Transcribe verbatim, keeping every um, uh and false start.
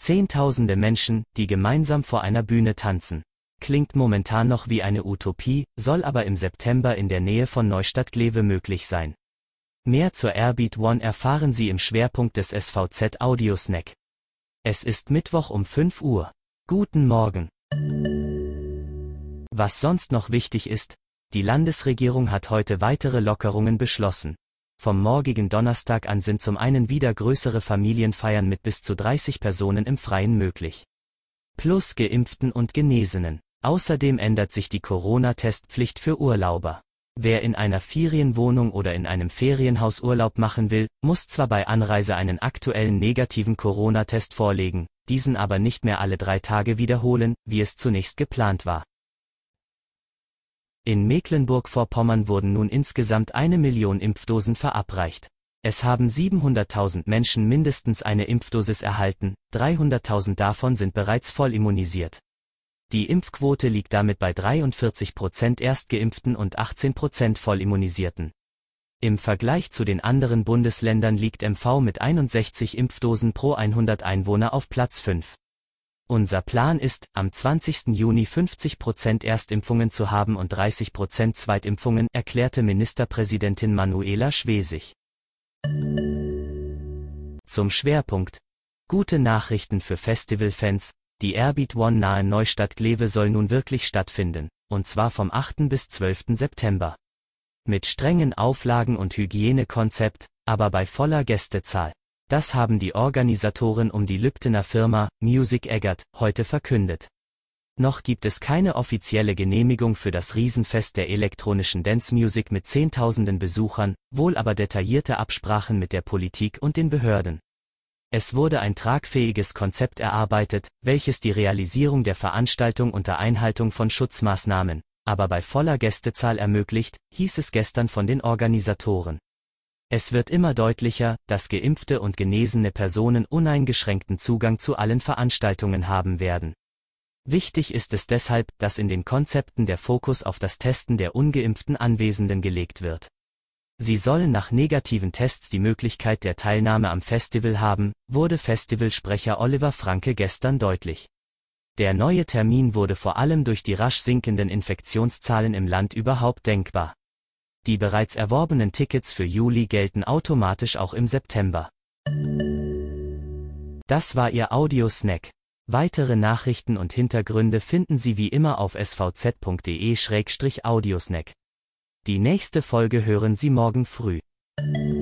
Zehntausende Menschen, die gemeinsam vor einer Bühne tanzen. Klingt momentan noch wie eine Utopie, soll aber im September in der Nähe von Neustadt-Glewe möglich sein. Mehr zur Airbeat One erfahren Sie im Schwerpunkt des S V Z Audio Snack. Es ist Mittwoch um fünf Uhr. Guten Morgen. Was sonst noch wichtig ist: Die Landesregierung hat heute weitere Lockerungen beschlossen. Vom morgigen Donnerstag an sind zum einen wieder größere Familienfeiern mit bis zu dreißig Personen im Freien möglich. Plus Geimpften und Genesenen. Außerdem ändert sich die Corona-Testpflicht für Urlauber. Wer in einer Ferienwohnung oder in einem Ferienhaus Urlaub machen will, muss zwar bei Anreise einen aktuellen negativen Corona-Test vorlegen, diesen aber nicht mehr alle drei Tage wiederholen, wie es zunächst geplant war. In Mecklenburg-Vorpommern wurden nun insgesamt eine Million Impfdosen verabreicht. Es haben siebenhunderttausend Menschen mindestens eine Impfdosis erhalten, dreihunderttausend davon sind bereits voll immunisiert. Die Impfquote liegt damit bei dreiundvierzig Prozent Erstgeimpften und achtzehn Prozent Vollimmunisierten. Im Vergleich zu den anderen Bundesländern liegt M V mit einundsechzig Impfdosen pro hundert Einwohner auf Platz fünf. Unser Plan ist, am zwanzigsten Juni fünfzig Prozent Erstimpfungen zu haben und dreißig Prozent Zweitimpfungen, erklärte Ministerpräsidentin Manuela Schwesig. Zum Schwerpunkt: Gute Nachrichten für Festivalfans. Die Airbeat One nahe Neustadt-Glewe soll nun wirklich stattfinden, und zwar vom achten bis zwölften September. Mit strengen Auflagen und Hygienekonzept, aber bei voller Gästezahl. Das haben die Organisatoren um die Lübthener Firma Music Eggert heute verkündet. Noch gibt es keine offizielle Genehmigung für das Riesenfest der elektronischen Dance Music mit Zehntausenden Besuchern, wohl aber detaillierte Absprachen mit der Politik und den Behörden. Es wurde ein tragfähiges Konzept erarbeitet, welches die Realisierung der Veranstaltung unter Einhaltung von Schutzmaßnahmen, aber bei voller Gästezahl ermöglicht, hieß es gestern von den Organisatoren. Es wird immer deutlicher, dass geimpfte und genesene Personen uneingeschränkten Zugang zu allen Veranstaltungen haben werden. Wichtig ist es deshalb, dass in den Konzepten der Fokus auf das Testen der ungeimpften Anwesenden gelegt wird. Sie sollen nach negativen Tests die Möglichkeit der Teilnahme am Festival haben, wurde Festivalsprecher Oliver Franke gestern deutlich. Der neue Termin wurde vor allem durch die rasch sinkenden Infektionszahlen im Land überhaupt denkbar. Die bereits erworbenen Tickets für Juli gelten automatisch auch im September. Das war Ihr Audiosnack. Weitere Nachrichten und Hintergründe finden Sie wie immer auf s v z punkt de Schrägstrich Audiosnack. Die nächste Folge hören Sie morgen früh.